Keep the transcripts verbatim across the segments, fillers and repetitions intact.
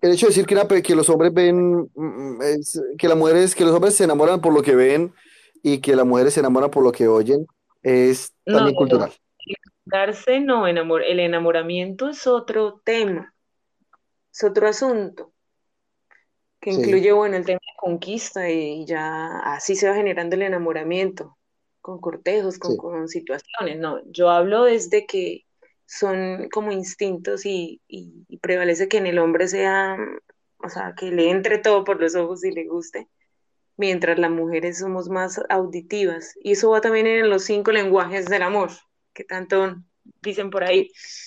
el hecho de decir que, una pe- que los hombres ven, mm, es- que las mujeres, que los hombres se enamoran por lo que ven y que las mujeres se enamoran por lo que oyen, es No, también no, cultural. no. Darse no, enamor, el enamoramiento es otro tema, es otro asunto que Sí, incluye, bueno, el tema de conquista y ya así se va generando el enamoramiento, con cortejos, con, sí. con situaciones. No, yo hablo desde que son como instintos y, y, y prevalece que en el hombre sea, o sea, que le entre todo por los ojos y le guste, mientras las mujeres somos más auditivas. Y eso va también en los cinco lenguajes del amor, que tanto dicen por ahí.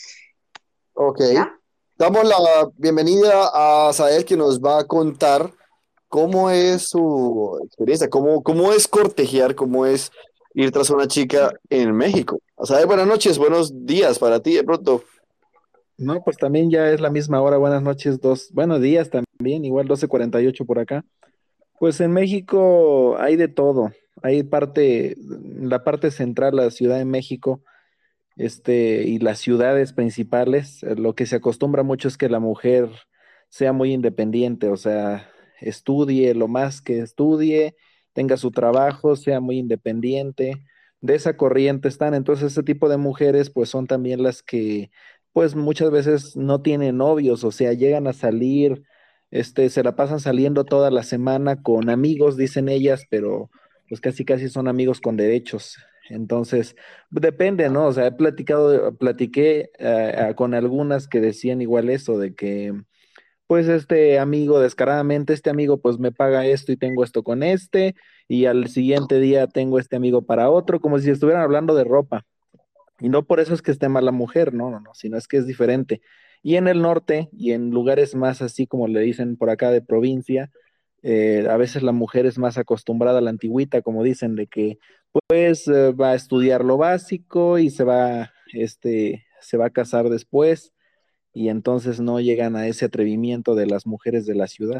Ok. ¿Ya? Damos la bienvenida a Sael que nos va a contar cómo es su experiencia, cómo, cómo es cortejear, cómo es ir tras una chica en México. Sael, buenas noches, buenos días para ti de pronto. No, pues también ya es la misma hora, buenas noches, dos, buenos días también, igual doce cuarenta y ocho por acá. Pues en México hay de todo, hay parte, la parte central, la Ciudad de México, este, y las ciudades principales, eh, lo que se acostumbra mucho es que la mujer sea muy independiente, o sea, estudie lo más que estudie, tenga su trabajo, sea muy independiente. De esa corriente están, entonces ese tipo de mujeres pues son también las que pues muchas veces no tienen novios, o sea, llegan a salir, este, se la pasan saliendo toda la semana con amigos, dicen ellas, pero pues casi casi son amigos con derechos. Entonces, depende, ¿no? O sea, he platicado, platiqué eh, con algunas que decían igual eso, de que, pues este amigo, descaradamente, este amigo, pues me paga esto y tengo esto con este, y al siguiente día tengo este amigo para otro, como si estuvieran hablando de ropa. Y no por eso es que esté mala mujer, no, no, no, sino es que es diferente. Y en el norte y en lugares más así como le dicen por acá de provincia, eh, a veces la mujer es más acostumbrada a la antigüita, como dicen, de que pues eh, va a estudiar lo básico y se va, este, se va a casar después y entonces no llegan a ese atrevimiento de las mujeres de la ciudad.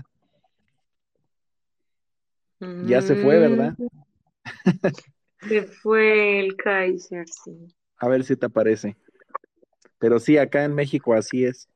Ya se fue, Mm, ¿verdad? se fue el Kaiser, sí. A ver si te aparece. Pero sí, acá en México así es.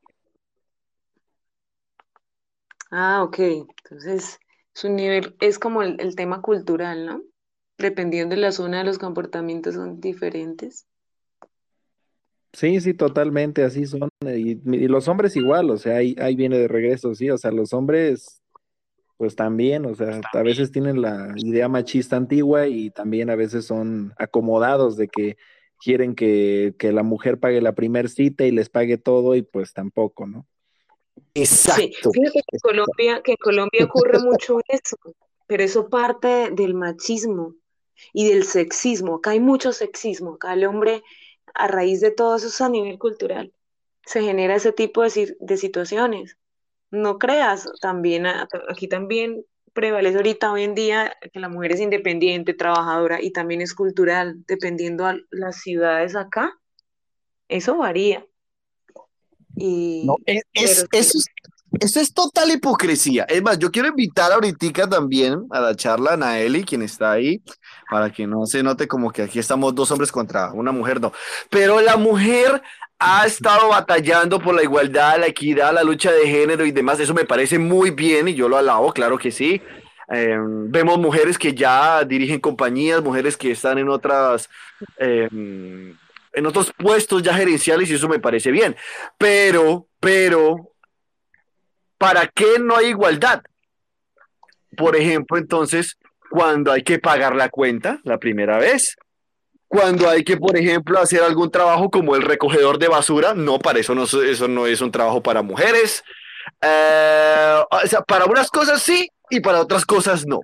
Ah, ok. Entonces, su nivel es como el, el tema cultural, ¿no? Dependiendo de la zona, los comportamientos son diferentes. Sí, sí, totalmente, así son. Y, y los hombres igual, o sea, ahí, ahí viene de regreso, sí, o sea, los hombres, pues también, o sea, a veces tienen la idea machista antigua y también a veces son acomodados de que quieren que, que la mujer pague la primer cita y les pague todo y pues tampoco, ¿no? Sí, Exacto. fíjate que en Colombia, que en Colombia ocurre mucho eso, pero eso parte del machismo y del sexismo. Acá hay mucho sexismo. Acá el hombre, a raíz de todo eso, es a nivel cultural, se genera ese tipo de, si- de situaciones. No creas, también a- aquí también prevalece ahorita hoy en día que la mujer es independiente, trabajadora y también es cultural, dependiendo a las ciudades acá, eso varía. No, Y, es, pero es, sí. eso es, eso es total hipocresía. Es más, yo quiero invitar ahorita también a la charla a Naeli, quien está ahí, para que no se note como que aquí estamos dos hombres contra una mujer, no. Pero la mujer ha estado batallando por la igualdad, la equidad, la lucha de género y demás. Eso me parece muy bien y yo lo alabo, claro que sí. Eh, vemos mujeres que ya dirigen compañías, mujeres que están en otras, eh, en otros puestos ya gerenciales y eso me parece bien. Pero, pero, ¿para qué no hay igualdad? Por ejemplo, entonces, cuando hay que pagar la cuenta la primera vez, cuando hay que, por ejemplo, hacer algún trabajo como el recogedor de basura, no, para eso no, eso no es un trabajo para mujeres. Eh, o sea, para unas cosas sí y para otras cosas no.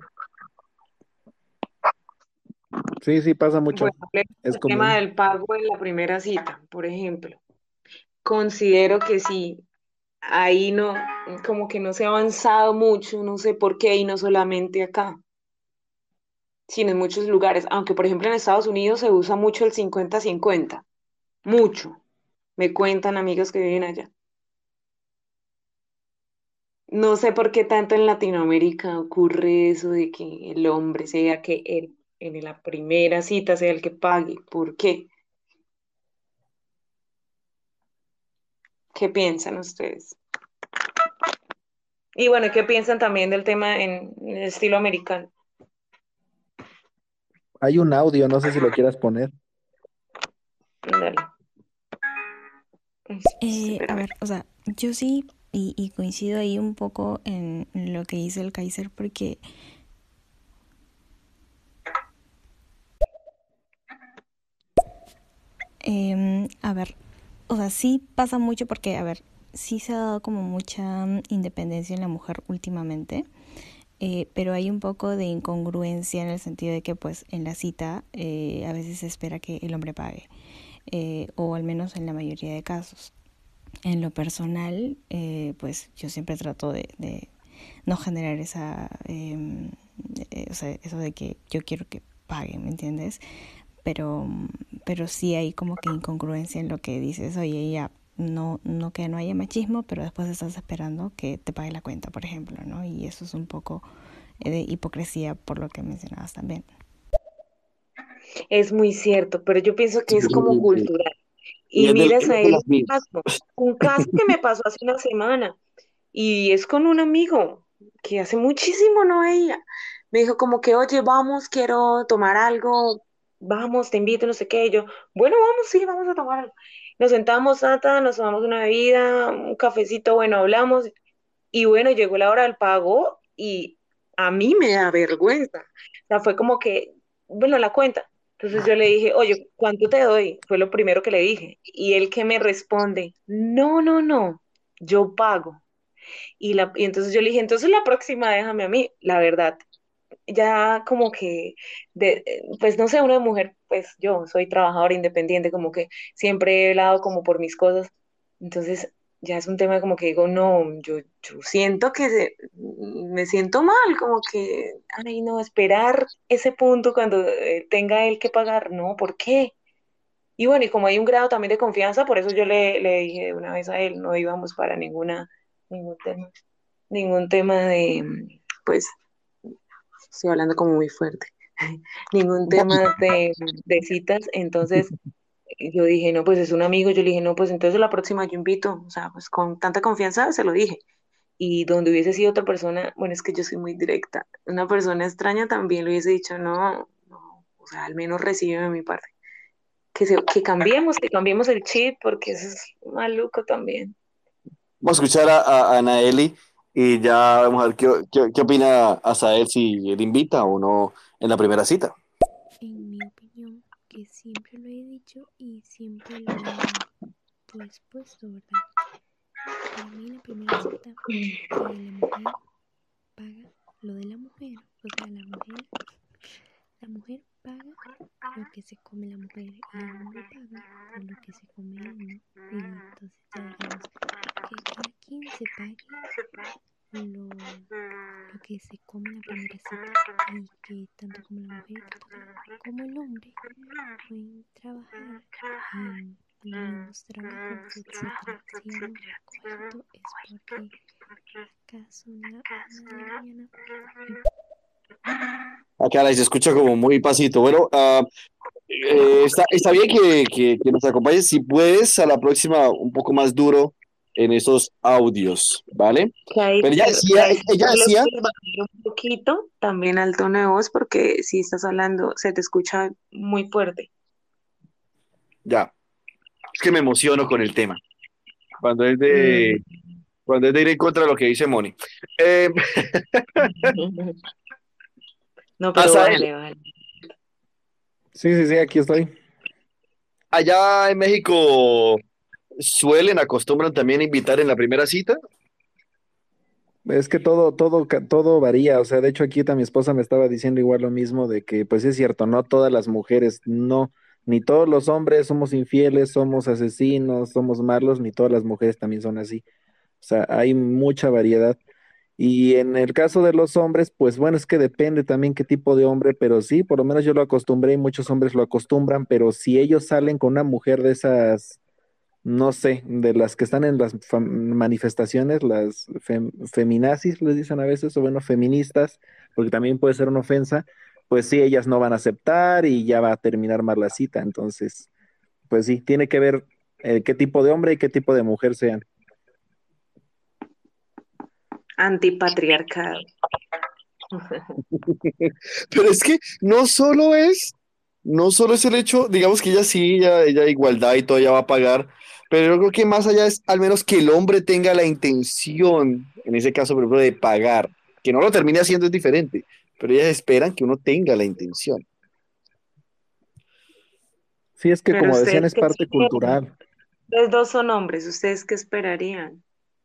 Sí, sí, pasa mucho, Bueno, hablemos es del tema común. del pago en la primera cita, por ejemplo. Considero que sí, ahí no, como que no se ha avanzado mucho, no sé por qué, y no solamente acá, sino en muchos lugares. Aunque, por ejemplo, en Estados Unidos se usa mucho el cincuenta-cincuenta, mucho. Me cuentan amigos que viven allá. No sé por qué tanto en Latinoamérica ocurre eso de que el hombre sea que él en la primera cita sea el que pague. ¿Por qué? ¿Qué piensan ustedes? Y bueno, ¿qué piensan también del tema en, en el estilo americano? Hay un audio, no sé si lo quieras poner. Dale. Eh, a Espérame. ver, o sea, yo sí y, y coincido ahí un poco en lo que dice el Kaiser porque em, a ver, o sea, sí pasa mucho porque, a ver, sí se ha dado como mucha mm, independencia en la mujer últimamente, eh, pero hay un poco de incongruencia en el sentido de que pues en la cita eh, a veces se espera que el hombre pague, eh, o al menos en la mayoría de casos. En lo personal, eh, pues yo siempre trato de, de no generar esa, eh, eh, o sea, eso de que yo quiero que paguen, ¿me entiendes? Pero, pero sí hay como que incongruencia en lo que dices, oye, ya, no, no que no haya machismo, pero después estás esperando que te pague la cuenta, por ejemplo, ¿no? Y eso es un poco eh, de hipocresía por lo que mencionabas también. Es muy cierto, pero yo pienso que Sí, es como sí, sí. cultural. Y Y es de, mires es a de él las un mías. caso, un caso que me pasó hace una semana y es con un amigo que hace muchísimo no veía. Me dijo como que, oye, vamos, quiero tomar algo, vamos, te invito, no sé qué. Y yo, bueno, vamos, sí, vamos a tomar algo. Nos sentamos, tata, nos tomamos una bebida, un cafecito, bueno, hablamos y bueno, llegó la hora del pago y a mí me da vergüenza. O sea, fue como que, bueno, la cuenta. Entonces yo le dije, oye, ¿cuánto te doy? Fue lo primero que le dije. Y él que me responde, no, no, no, yo pago. Y, la, y entonces yo le dije, entonces la próxima déjame a mí, la verdad. Ya como que, de, pues no sé, una mujer, pues yo soy trabajadora independiente, como que siempre he velado como por mis cosas. Entonces ya es un tema como que digo, no, yo, yo siento que se- me siento mal, como que, ay, no, esperar ese punto cuando eh, tenga él que pagar, no, ¿por qué? Y bueno, y como hay un grado también de confianza, por eso yo le, le dije de una vez a él, no íbamos para ninguna, ningún tema, ningún tema de, pues, estoy hablando como muy fuerte, ningún Un poquito. tema de, de citas, entonces yo dije, no, pues es un amigo, yo le dije, no, pues entonces la próxima yo invito, o sea, pues con tanta confianza se lo dije. Y donde hubiese sido otra persona, bueno, es que yo soy muy directa, una persona extraña también le hubiese dicho, no, no, o sea, al menos recibe de mi parte. Que, se, que cambiemos, que cambiemos el chip, porque eso es maluco también. Vamos a escuchar a, a, a Anaeli y ya vamos a ver qué, qué, qué opina Azael si él invita o no en la primera cita. En mi opinión, que siempre lo he dicho y siempre lo he pues puesto, ¿verdad? Para mí en la primera cita, que la mujer paga lo de la mujer, o sea, la mujer, la mujer paga lo que se come la mujer y el hombre paga por lo que se come el hombre. Y entonces ya digamos que cada quien se pague lo, lo que se come en la primera cita y que tanto como la mujer como el hombre pueden trabajar en los mismos trabajos, etcétera. Si yo no hago esto es porque acaso en la una de la mañana me... Acá la se escucha como muy pasito. Bueno, uh, eh, está, está bien que, que, que nos acompañes. Si puedes, a la próxima un poco más duro en esos audios, ¿vale? Pero ella Kaiser, decía, Kaiser, ella ¿le decía, puedes bajar un poquito también al tono de voz? Porque si estás hablando, se te escucha muy fuerte. ya, es que me emociono con el tema. Cuando es Mm. de, cuando es de ir en contra de lo que dice Moni. Eh, No, pero Azael, vale, vale. Sí, sí, sí, aquí estoy. allá en México suelen, acostumbran también a invitar en la primera cita. Es que todo, todo, ca- todo varía. O sea, de hecho aquí ta- mi esposa me estaba diciendo igual lo mismo de que, pues sí es cierto, no todas las mujeres, no, ni todos los hombres somos infieles, somos asesinos, somos malos, ni todas las mujeres también son así. O sea, hay mucha variedad. Y en el caso de los hombres, pues bueno, es que depende también qué tipo de hombre, pero sí, por lo menos yo lo acostumbré y muchos hombres lo acostumbran, pero si ellos salen con una mujer de esas, no sé, de las que están en las fam- manifestaciones, las fem- feminazis, les dicen a veces, o bueno, feministas, porque también puede ser una ofensa, pues sí, ellas no van a aceptar y ya va a terminar mal la cita. Entonces, pues sí, tiene que ver eh, qué tipo de hombre y qué tipo de mujer sean. Antipatriarcado. Pero es que no solo es, no solo es el hecho, digamos que ella sí, ella, ella igualdad y todo, ella va a pagar, pero yo creo que más allá es al menos que el hombre tenga la intención, en ese caso, por ejemplo, de pagar, que no lo termine haciendo es diferente, pero ellas esperan que uno tenga la intención. Sí, es que Pero como decían, ustedes es qué parte esperan. cultural. Ustedes dos son hombres, ¿ustedes qué esperarían?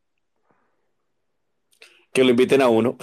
Que lo inviten a uno.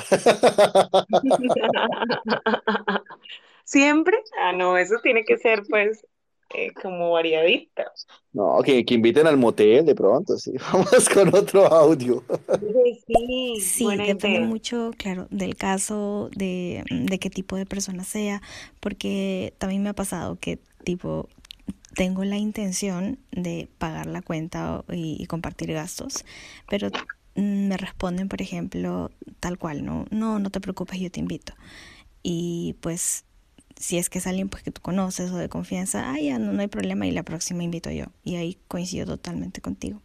¿Siempre? Ah, no, eso tiene que ser pues eh, como variadito. No, que, que inviten al motel de pronto, sí. Vamos con otro audio. Dije, sí, Sí, buena depende idea. mucho, claro, del caso, de, de qué tipo de persona sea, porque también me ha pasado que tipo tengo la intención de pagar la cuenta o- y, y compartir gastos, pero mm, me responden, por ejemplo, tal cual, no, no, no te preocupes, yo te invito. Y pues si es que es alguien pues que tú conoces o de confianza, ah, ya no, no hay problema y la próxima invito yo. Y ahí coincido totalmente contigo.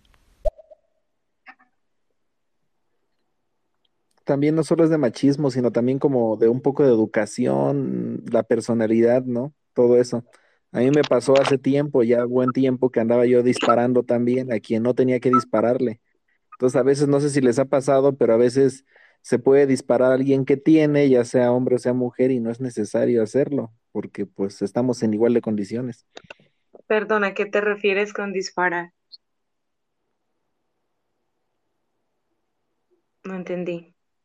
También no solo es de machismo, sino también como de un poco de educación, la personalidad, ¿no? Todo eso. A mí me pasó hace tiempo, ya buen tiempo, que andaba yo disparando también a quien no tenía que dispararle. Entonces, a veces no sé si les ha pasado, pero a veces se puede disparar a alguien que tiene, ya sea hombre o sea mujer, y no es necesario hacerlo, porque pues estamos en igual de condiciones. Perdona, ¿a qué te refieres con disparar? No entendí.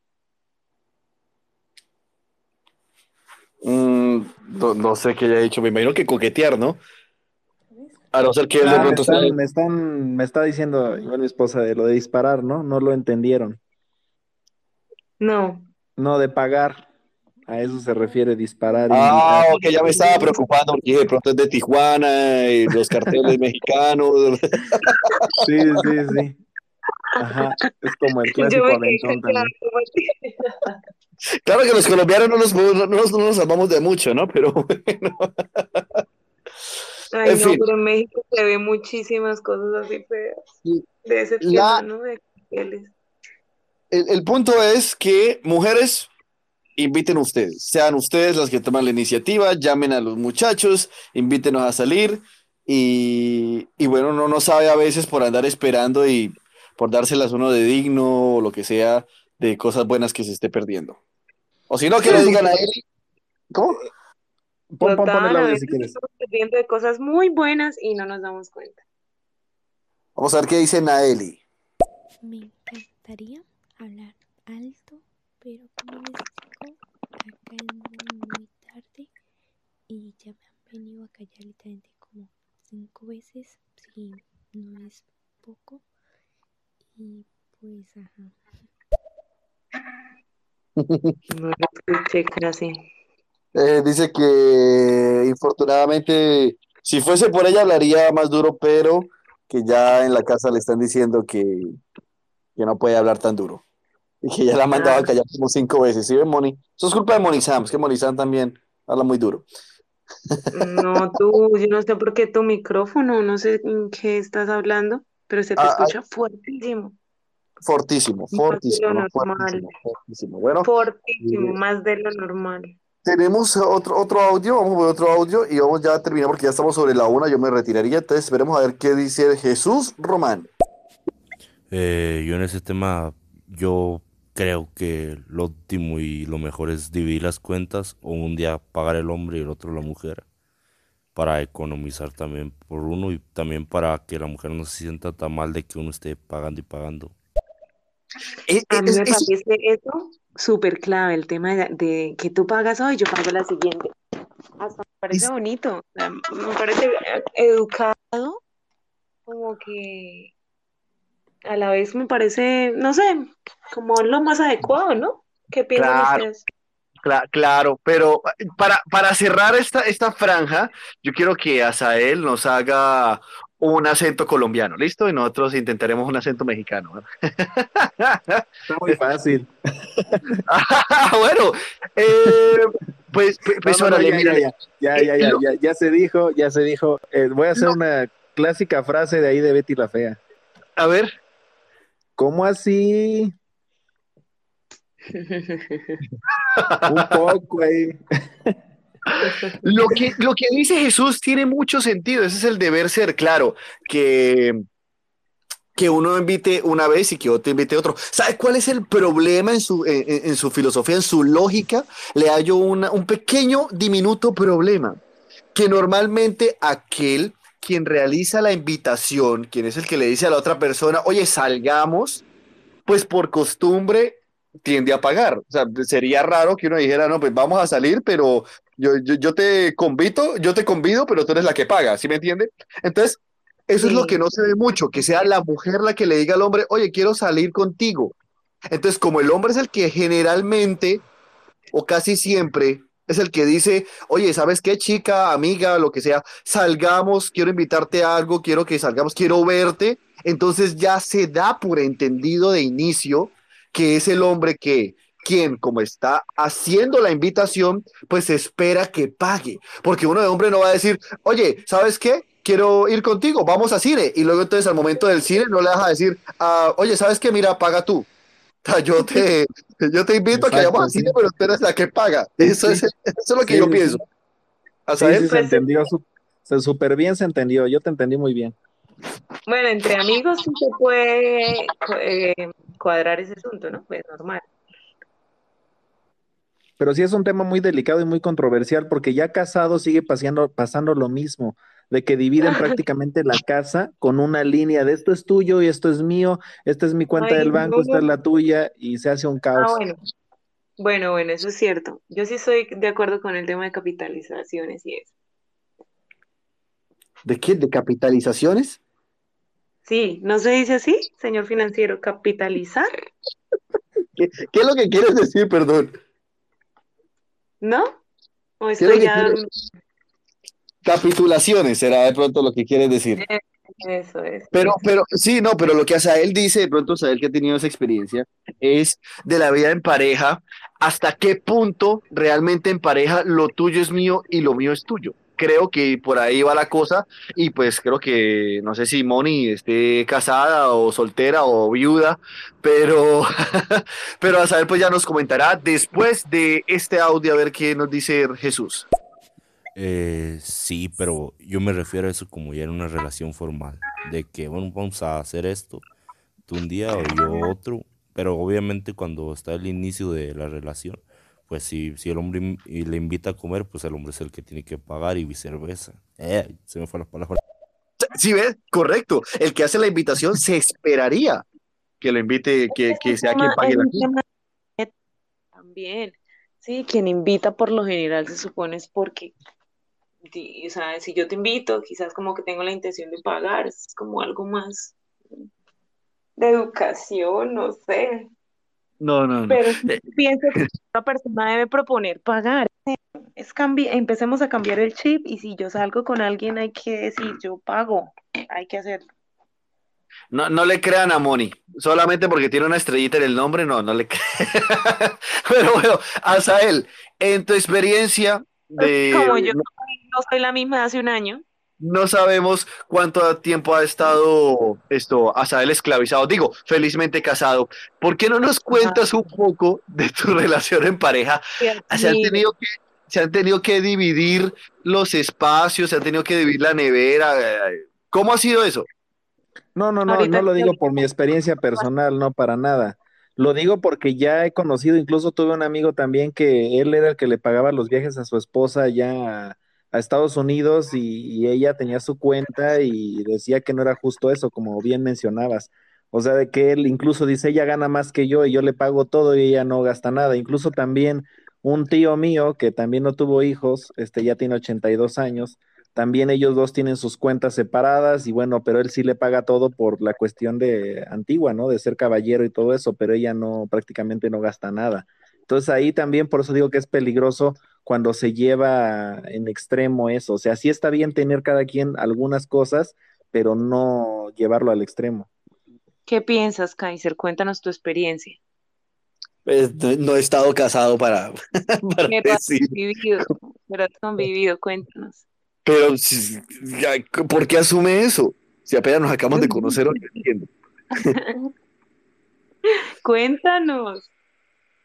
Mm, no, no sé qué haya dicho, me imagino que coquetear, ¿no? A no ser que él de Ah, me pronto sea... están, me están, me está diciendo igual mi esposa de lo de disparar, ¿no? No lo entendieron. No. No, de pagar. A eso se refiere disparar, Ah, invitar. ok, ya me estaba preocupando porque de pronto es de Tijuana y los carteles mexicanos. Sí, sí, sí. Ajá. Es como el Yo clásico me quedé aventón callada. también. Como así. Claro que los colombianos no nos, no nos, no nos salvamos de mucho, ¿no? Pero bueno, Ay, en no, fin. pero en México se ve muchísimas cosas así feas de ese La, tema, ¿no? De carteles. el, el punto es que mujeres inviten ustedes, sean ustedes las que toman la iniciativa, llamen a los muchachos, invítenos a salir y, y bueno, uno no sabe a veces por andar esperando y por dárselas uno de digno o lo que sea de cosas buenas que se esté perdiendo. O si no, que Sí, le digan a porque él, ¿cómo? pon, pon, pon el Total, a audio si veces quieres. estamos perdiendo de cosas muy buenas y no nos damos cuenta. Vamos a ver qué dice Naeli. Me encantaría hablar alto, pero como les digo, acá es muy, muy tarde y ya me han venido a callar literalmente como cinco veces, si no es poco. Y pues, ajá. No lo escuché casi. Eh, dice que infortunadamente, si fuese por ella hablaría más duro, pero que ya en la casa le están diciendo que, que no puede hablar tan duro. Y que ya la ha Ah, mandado a callar como cinco veces. ¿Sí ven, Moni? Eso es culpa de Moni Sam, es que Moni Sam también habla muy duro. no, tú, yo no sé por qué tu micrófono, no sé en qué estás hablando, pero se te Ah, ah, escucha fuertísimo, fortísimo, más de lo fortísimo, no, normal, fuertísimo, fortísimo. Bueno, fortísimo, eh, más de lo normal. tenemos otro, otro audio, vamos a ver otro audio y vamos ya a terminar porque ya estamos sobre la una, yo me retiraría, entonces esperemos a ver qué dice Jesús Román. Eh, yo en ese tema, yo creo que lo óptimo y lo mejor es dividir las cuentas o un día pagar el hombre y el otro la mujer para economizar también por uno y también para que la mujer no se sienta tan mal de que uno esté pagando y pagando. Eh, A eh, mí es- me es- parece eso súper clave, el tema de, de que tú pagas hoy, yo pago la siguiente. Hasta me parece es- bonito, o sea, me parece eh, educado, como que a la vez me parece, no sé, como lo más adecuado, ¿no? ¿Qué piensan claro, ustedes? cla- claro, pero eh, para, para cerrar esta, esta franja, yo quiero que Asael nos haga un acento colombiano, ¿listo? Y nosotros intentaremos un acento mexicano. ¿No? Está muy fácil. Ah, bueno, eh, pues, pues, No, pues no, no, órale, ya, ya, mírale. ya. Ya, Eh, ya, ya, lo- ya, ya se dijo, ya se dijo. Eh, voy a hacer lo- una clásica frase de ahí de Betty la Fea. a ver, ¿Cómo así? Un poco ahí. Lo que, lo que dice Jesús tiene mucho sentido, ese es el deber ser, claro, que, que uno invite una vez y que otro invite otro. ¿Sabe cuál es el problema en su, en, en su filosofía, en su lógica? Le hallo una, un pequeño, diminuto problema, que normalmente aquel quien realiza la invitación, quien es el que le dice a la otra persona, oye, salgamos, pues por costumbre tiende a pagar. O sea, sería raro que uno dijera, no, pues vamos a salir, pero yo, yo, yo te convito, yo te convido, pero tú eres la que paga, ¿sí me entiende? Entonces, eso es lo que Sí, no se ve mucho, que sea la mujer la que le diga al hombre, oye, quiero salir contigo. Entonces, como el hombre es el que generalmente o casi siempre es el que dice, oye, ¿sabes qué, chica, amiga, lo que sea? Salgamos, quiero invitarte a algo, quiero que salgamos, quiero verte. Entonces ya se da por entendido de inicio que es el hombre que, quien, como está haciendo la invitación, pues espera que pague. Porque uno de hombre no va a decir, oye, ¿sabes qué? Quiero ir contigo, vamos a cine. Y luego entonces al momento del cine no le vas a decir, ah, oye, ¿sabes qué? Mira, paga tú. Sea, yo te, yo te invito a que vayamos Exacto, al cine, sí. pero tú eres la que paga. Sí, Eso es, sí. eso es lo que Sí, yo sí, pienso. sí. ¿A Sí, sí, saber? se pues entendió. su- se súper bien se entendió. Yo te entendí muy bien. bueno, entre amigos sí se puede cu- eh, cuadrar ese asunto, ¿no? Pues normal. Pero sí es un tema muy delicado y muy controversial porque ya casado sigue paseando, pasando lo mismo, de que dividen prácticamente la casa con una línea de esto es tuyo y esto es mío, esta es mi cuenta Ay, del banco, esta es no. la tuya y se hace un Ah, caos. bueno. Bueno, bueno, eso es cierto. Yo sí estoy de acuerdo con el tema de capitalizaciones y eso. ¿De qué? ¿De capitalizaciones? Sí, ¿no se dice así, señor financiero? Capitalizar, ¿Qué, qué es lo que quieres decir, perdón? ¿no? O ¿Qué es lo estoy que ya... quieres? Capitulaciones será de pronto lo que quieres decir. eh, Eso es, Pero, eso. pero sí, no, pero lo que Asael dice, de pronto Asael que ha tenido esa experiencia, es de la vida en pareja, hasta qué punto realmente en pareja lo tuyo es mío y lo mío es tuyo. Creo que por ahí va la cosa y pues creo que no sé si Moni esté casada o soltera o viuda, pero, pero Asael pues ya nos comentará después de este audio a ver qué nos dice Jesús. Eh, sí, pero yo me refiero a eso como ya en una relación formal, de que, bueno, vamos a hacer esto, tú un día o yo otro, pero obviamente cuando está el inicio de la relación, pues si, si el hombre in- y le invita a comer, pues el hombre es el que tiene que pagar y viceversa. Eh, se me fue la palabra. ¿Sí ves? Correcto. El que hace la invitación se esperaría que lo invite, que, Es un que sea quien tema, es pague la un cuenta. tema de- también. Sí, quien invita por lo general se supone es porque, di- o sea, si yo te invito, quizás como que tengo la intención de pagar, es como algo más de educación, no sé. No, no, no. Pero sí Eh, pienso que una persona debe proponer pagar. Es cambi- empecemos a cambiar el chip y si yo salgo con alguien hay que decir yo pago, hay que hacerlo. No, no le crean a Moni, solamente porque tiene una estrellita en el nombre, no, no le crean. Pero bueno, Asael, en tu experiencia Pues de, como yo no, no soy la misma de hace un año, no sabemos cuánto tiempo ha estado esto, Asael esclavizado, digo, felizmente casado. ¿Por qué no nos ajá, cuentas un poco de tu relación en pareja? Dios ¿Se han mío, tenido que, se han tenido que dividir los espacios, se han tenido que dividir la nevera? eh, ¿Cómo ha sido eso? No, no, no, ahorita no lo que digo por mi experiencia personal, no para nada. Lo digo porque ya he conocido, incluso tuve un amigo también que él era el que le pagaba los viajes a su esposa ya a, a Estados Unidos y, y ella tenía su cuenta y decía que no era justo eso, como bien mencionabas. O sea, de que él incluso dice, ella gana más que yo y yo le pago todo y ella no gasta nada. Incluso también un tío mío que también no tuvo hijos, este ya tiene ochenta y dos años. También ellos dos tienen sus cuentas separadas y bueno, pero él sí le paga todo por la cuestión de antigua, ¿no? De ser caballero y todo eso, pero ella no, prácticamente no gasta nada. Entonces ahí también por eso digo que es peligroso cuando se lleva en extremo eso. O sea, sí está bien tener cada quien algunas cosas, pero no llevarlo al extremo. ¿qué piensas, Kaiser? Cuéntanos tu experiencia. Pues, no, no he estado casado para, para Pero has decir, convivido, pero has convivido, cuéntanos. pero si- ya, ¿por qué asume eso? Si apenas nos acabamos de conocer, hoy, no entiendo. Cuéntanos.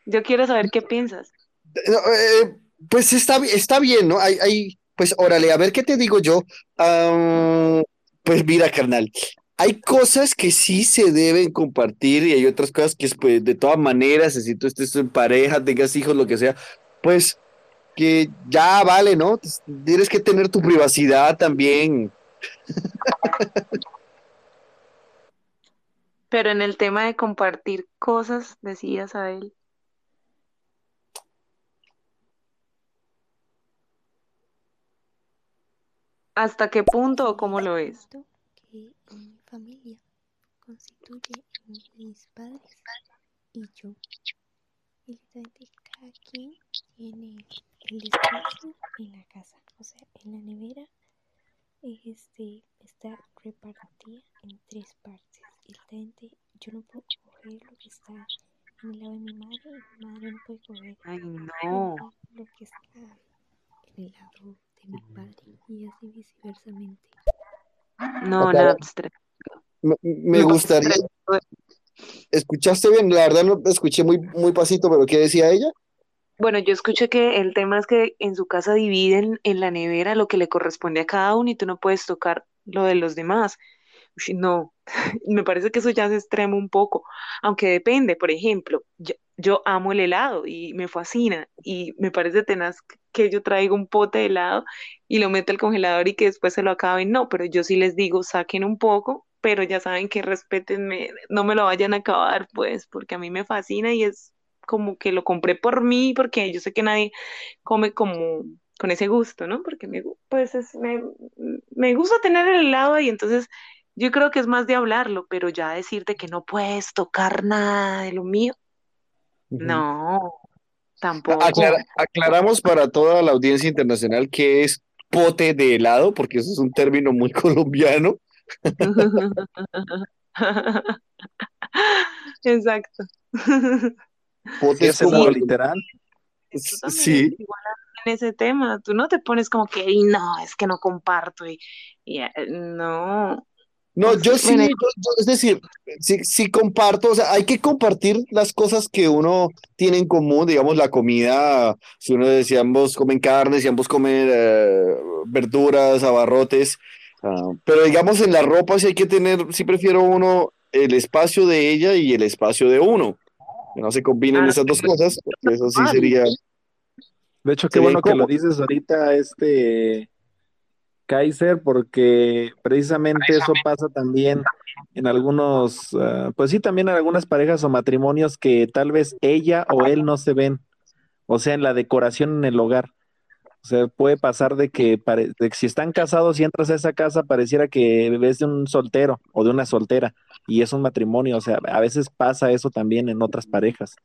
Yo quiero saber qué piensas. No, eh, pues está, bi- está bien, ¿no? Hay, hay, pues órale, a ver qué te digo yo. Ah, pues mira, carnal, hay cosas que sí se deben compartir y hay otras cosas que pues, de todas maneras, si tú estés en pareja, tengas hijos, lo que sea, pues que ya vale, ¿no? Pues, tienes que tener tu privacidad también. Pero en el tema de compartir cosas, decías a él, ¿hasta qué punto o cómo lo es? Siento que en mi familia constituye en mis padres y yo. Y literalmente cada quien tiene el espacio en la casa. O sea, en la nevera este, está repartida en tres partes. Y literalmente yo no puedo coger lo que está en el lado de mi madre y mi madre no puede coger Ay, el- no, lo que está en el lado de mi padre y así viceversamente. no, Acá, nada, pues, tre- me, me me parece gustaría, tremendo. ¿escuchaste bien? La verdad no escuché muy, muy pasito, pero ¿qué decía ella? Bueno, yo escuché que el tema es que en su casa dividen en la nevera lo que le corresponde a cada uno y tú no puedes tocar lo de los demás. Ush, no, me parece que eso ya es extremo un poco, aunque depende, por ejemplo, yo, yo amo el helado y me fascina y me parece tenaz que yo traiga un pote de helado y lo meta al congelador y que después se lo acaben, no, pero yo sí les digo, saquen un poco, pero ya saben que respétenme, no me lo vayan a acabar, pues, porque a mí me fascina y es como que lo compré por mí, porque yo sé que nadie come como con ese gusto, ¿no? Porque me, gu- pues es, me, me gusta tener el helado y entonces yo creo que es más de hablarlo, pero ya decirte que no puedes tocar nada de lo mío, Ujú. no, A- aclara- tampoco. aclaramos para toda la audiencia internacional qué es pote de helado, porque eso es un término muy colombiano. Exacto. Pote Sí, es es como helado el... literal. Tú s- también eres Sí, igual en ese tema, tú no te pones como que, "Y no, es que no comparto y, y, eh, no, no, o yo sea, bueno, sí, yo- yo- es decir, sí, sí comparto, o sea, hay que compartir las cosas que uno tiene en común, digamos, la comida, si uno decía ambos comen carne, si ambos comen eh, verduras, abarrotes, ah, pero digamos en la ropa sí hay que tener, sí prefiero uno el espacio de ella y el espacio de uno, que no se combinen ah, esas dos cosas, porque eso sí normal. sería, De hecho, qué sería bueno que lo incómodo. dices ahorita, este Kaiser, porque precisamente eso pasa también en algunos, ah, pues sí, también en algunas parejas o matrimonios que tal vez ella o él no se ven, o sea, en la decoración en el hogar. O sea, puede pasar de que, pare- de que si están casados y entras a esa casa, pareciera que ves de un soltero o de una soltera, y es un matrimonio. O sea, a veces pasa eso también en otras parejas.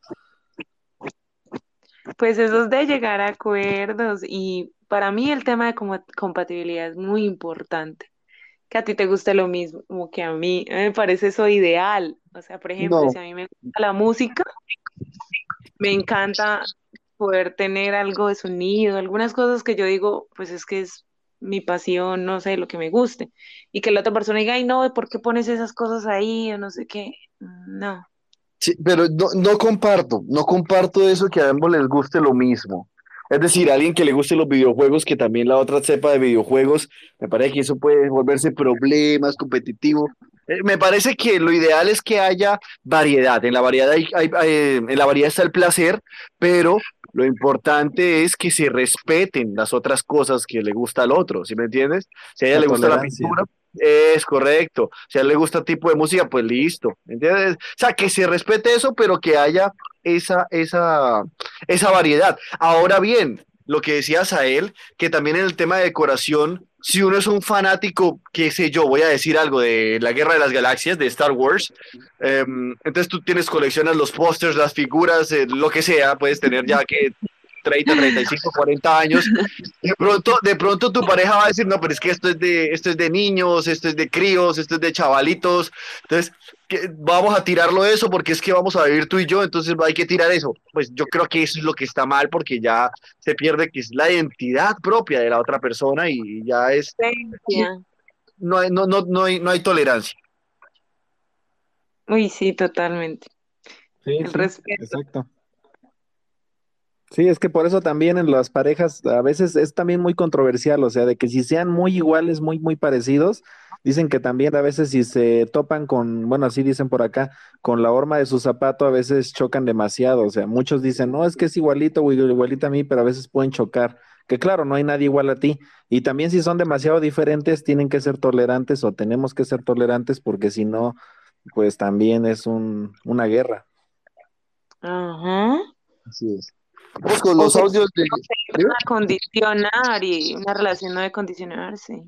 Pues eso es de llegar a acuerdos y para mí el tema de como- compatibilidad es muy importante. Que a ti te guste lo mismo que a mí, a mí me parece eso ideal. O sea, por ejemplo, No, si a mí me gusta la música, me encanta poder tener algo de sonido, algunas cosas que yo digo, pues es que es mi pasión, no sé, lo que me guste. Y que la otra persona diga, ay, no, ¿por qué pones esas cosas ahí? O no sé qué. No. sí, pero no, no comparto, no comparto eso que a ambos les guste lo mismo. Es decir, alguien que le guste los videojuegos, que también la otra sepa de videojuegos, me parece que eso puede volverse problemas competitivo. Eh, Me parece que lo ideal es que haya variedad. En la variedad hay, hay- hay- en la variedad está el placer, pero lo importante es que se respeten las otras cosas que le gusta al otro, ¿sí me entiendes? Si a ella La le gusta la tolerancia. pintura, es correcto. Si a él le gusta tipo de música, pues listo. ¿Entiendes? O sea, que se respete eso, pero que haya esa, esa, esa variedad. Ahora bien, lo que decías a él, que también en el tema de decoración, si uno es un fanático, qué sé yo, voy a decir algo de la Guerra de las Galaxias, de Star Wars, eh, entonces tú tienes, coleccionas los pósters, las figuras, eh, lo que sea, puedes tener ya que treinta, treinta y cinco, cuarenta años, de pronto, de pronto tu pareja va a decir, no, pero es que esto es de, esto es de niños, esto es de críos, esto es de chavalitos, entonces que vamos a tirarlo eso porque es que vamos a vivir tú y yo, entonces hay que tirar eso. Pues yo creo que eso es lo que está mal porque ya se pierde que es la identidad propia de la otra persona y ya es, Esencia. no hay, no, no, no hay, no hay tolerancia. Uy, sí, totalmente. Sí, El sí, respeto. exacto. Sí, es que por eso también en las parejas a veces es también muy controversial, o sea, de que si sean muy iguales, muy, muy parecidos, dicen que también a veces si se topan con, bueno, así dicen por acá, con la horma de su zapato, a veces chocan demasiado, o sea, muchos dicen, no, es que es igualito o igualita a mí, pero a veces pueden chocar, que claro, no hay nadie igual a ti, y también si son demasiado diferentes, tienen que ser tolerantes o tenemos que ser tolerantes porque si no, pues también es un, una guerra. Ajá. Así es. Vamos con O los se audios de... Dime. a condicionar y una relación no debe condicionarse.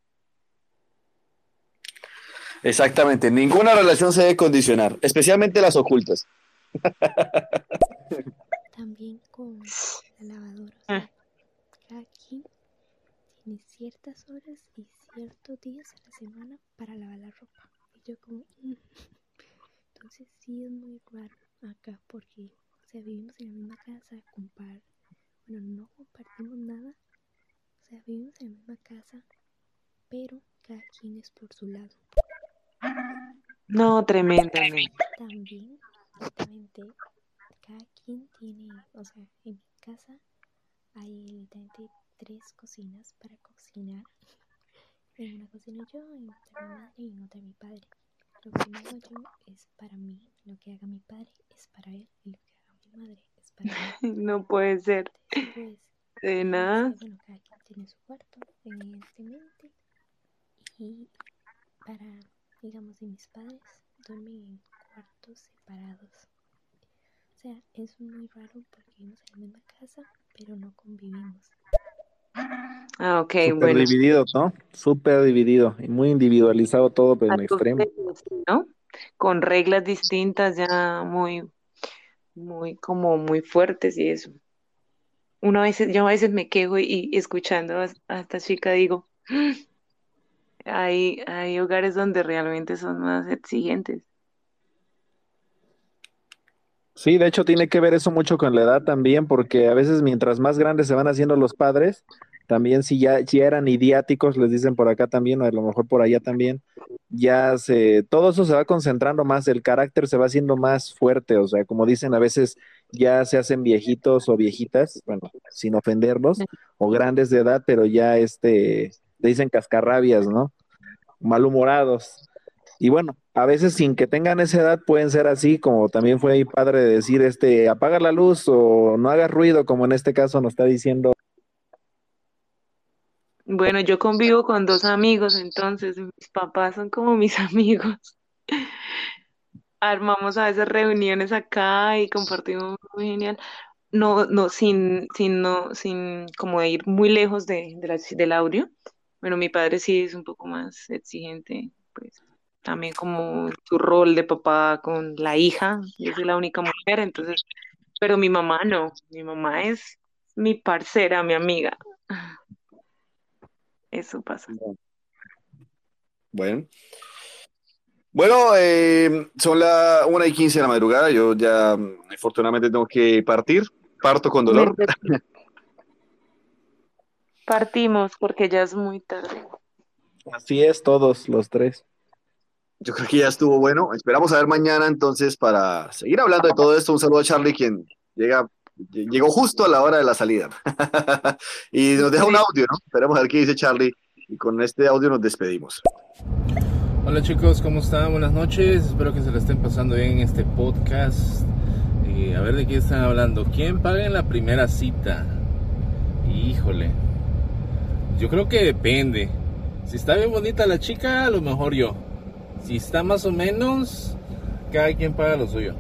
Exactamente, ninguna relación se debe condicionar, especialmente las ocultas. También con la lavadora, o Ah, sea, cada quien tiene ciertas horas y ciertos días a la semana para lavar la ropa. Y yo como, mm. Entonces sí es muy raro acá porque, o sea, vivimos en la misma casa, compar, bueno, no compartimos nada, o sea, vivimos en la misma casa, pero cada quien es por su lado. no, tremendamente. También, literalmente, cada quien tiene, o sea, en mi casa hay literalmente tres cocinas para cocinar. En una cocino yo, en otra mi madre y en otra mi padre. Lo que me hago yo es para mí, lo que haga mi padre es para él y lo que haga mi madre es para mí. No puede ser. Después, De este, nada. bueno, cada quien tiene su cuarto, evidentemente, y para, digamos, de mis padres duermen en cuartos separados. O sea, es muy raro porque vivimos en la misma casa, pero no convivimos. Ah, ok, Súper bueno. dividido, ¿no? Súper dividido y muy individualizado todo, pero A en tus extremo. veces, ¿no? Con reglas distintas ya muy, muy, como muy fuertes y eso. Uno a veces, yo a veces me quejo y, y escuchando a, a esta chica digo, hay, hay hogares donde realmente son más exigentes. Sí, de hecho tiene que ver eso mucho con la edad también, porque a veces mientras más grandes se van haciendo los padres, también si ya, si ya eran idiáticos, les dicen por acá también, o a lo mejor por allá también, ya se, todo eso se va concentrando más, el carácter se va haciendo más fuerte, o sea, como dicen, a veces ya se hacen viejitos o viejitas, bueno, sin ofenderlos, o grandes de edad, pero ya este, le dicen cascarrabias, ¿no? Malhumorados. Y bueno, a veces sin que tengan esa edad pueden ser así, como también fue mi padre de decir, este, apaga la luz o no hagas ruido, como en este caso nos está diciendo. Bueno, yo convivo con dos amigos, entonces mis papás son como mis amigos. Armamos a veces reuniones acá y compartimos muy genial. No, no, sin, sin, no, sin como de ir muy lejos de, de la- del audio. Bueno, mi padre sí es un poco más exigente, pues también como su rol de papá con la hija. Yo soy la única mujer, entonces, pero mi mamá no. Mi mamá es mi parcera, mi amiga. Eso pasa. Bueno, bueno eh, son las una y quince de la madrugada. Yo ya mm, afortunadamente tengo que partir. Parto con Me dolor. retiro. Partimos porque ya es muy tarde. Así es, todos los tres. Yo creo que ya estuvo bueno. Esperamos a ver mañana entonces para seguir hablando de todo esto. Un saludo a Charlie, quien llega, llegó justo a la hora de la salida. Y nos deja un audio, ¿no? Esperemos a ver qué dice Charlie. Y con este audio nos despedimos. Hola chicos, ¿cómo están? Buenas noches, espero que se la estén pasando bien en este podcast. Eh, a ver de qué están hablando. ¿Quién paga en la primera cita? Híjole, yo creo que depende. Si está bien bonita la chica, a lo mejor yo. Si está más o menos, cada quien paga lo suyo.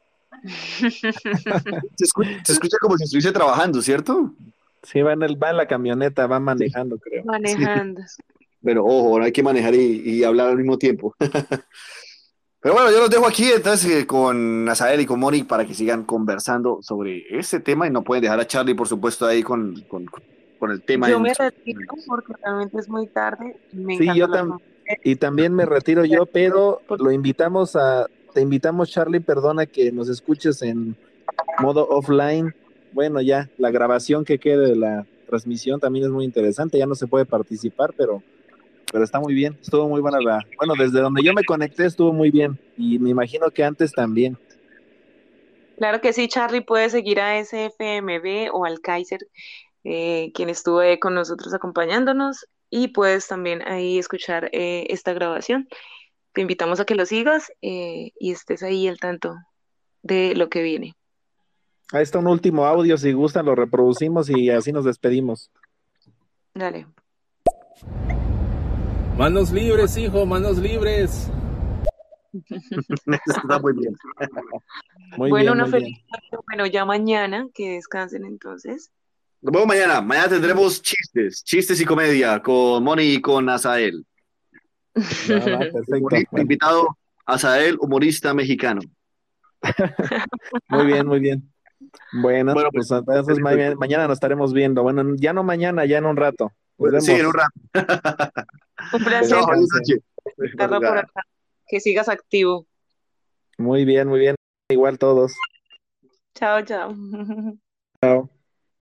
Se escucha, se escucha como si estuviese trabajando, ¿cierto? Sí, va en el, va en la camioneta, va manejando, creo. Sí. Manejando. Pero ojo, no hay que manejar y, y hablar al mismo tiempo. Pero bueno, yo los dejo aquí entonces eh, con Azael y con Moni para que sigan conversando sobre este tema y no pueden dejar a Charlie, por supuesto, ahí con, con, con el tema Yo en me sus retiro manos. porque realmente es muy tarde y me Sí, encanta yo hablar también. con ustedes. Y también me retiro yo, pero Porque lo invitamos a, te invitamos, Charlie, perdona que nos escuches en modo offline. Bueno, ya, la grabación que quede de la transmisión también es muy interesante. Ya no se puede participar, pero, pero está muy bien. Estuvo muy buena la. Bueno, desde donde yo me conecté estuvo muy bien. Y me imagino que antes también. Claro que sí, Charlie, puedes seguir a S F M B o al Kaiser, eh, quien estuvo ahí con nosotros acompañándonos, y puedes también ahí escuchar eh, esta grabación. Te invitamos a que lo sigas eh, y estés ahí al tanto de lo que viene. Ahí está un último audio, si gustan lo reproducimos y así nos despedimos. Dale. Manos libres, hijo, manos libres. Está muy bien. Muy Bueno, bien, una muy feliz bien. noche. Bueno, ya mañana, que descansen entonces. Nos vemos mañana. Mañana tendremos chistes, chistes y comedia con Moni y con Azael. Va, va, perfecto. Humorista Bueno, invitado, Azael, humorista mexicano. muy bien, muy bien. Bueno, Bueno, pues, pues entonces ma- mañana nos estaremos viendo. Bueno, ya no mañana, ya en un rato. Nos pues, sí, en un vemos. rato. Un Que placer Chao, feliz descansen. noche. estarlo por acá. Que sigas activo. Muy bien, muy bien. Igual todos. Chao, chao. Chao.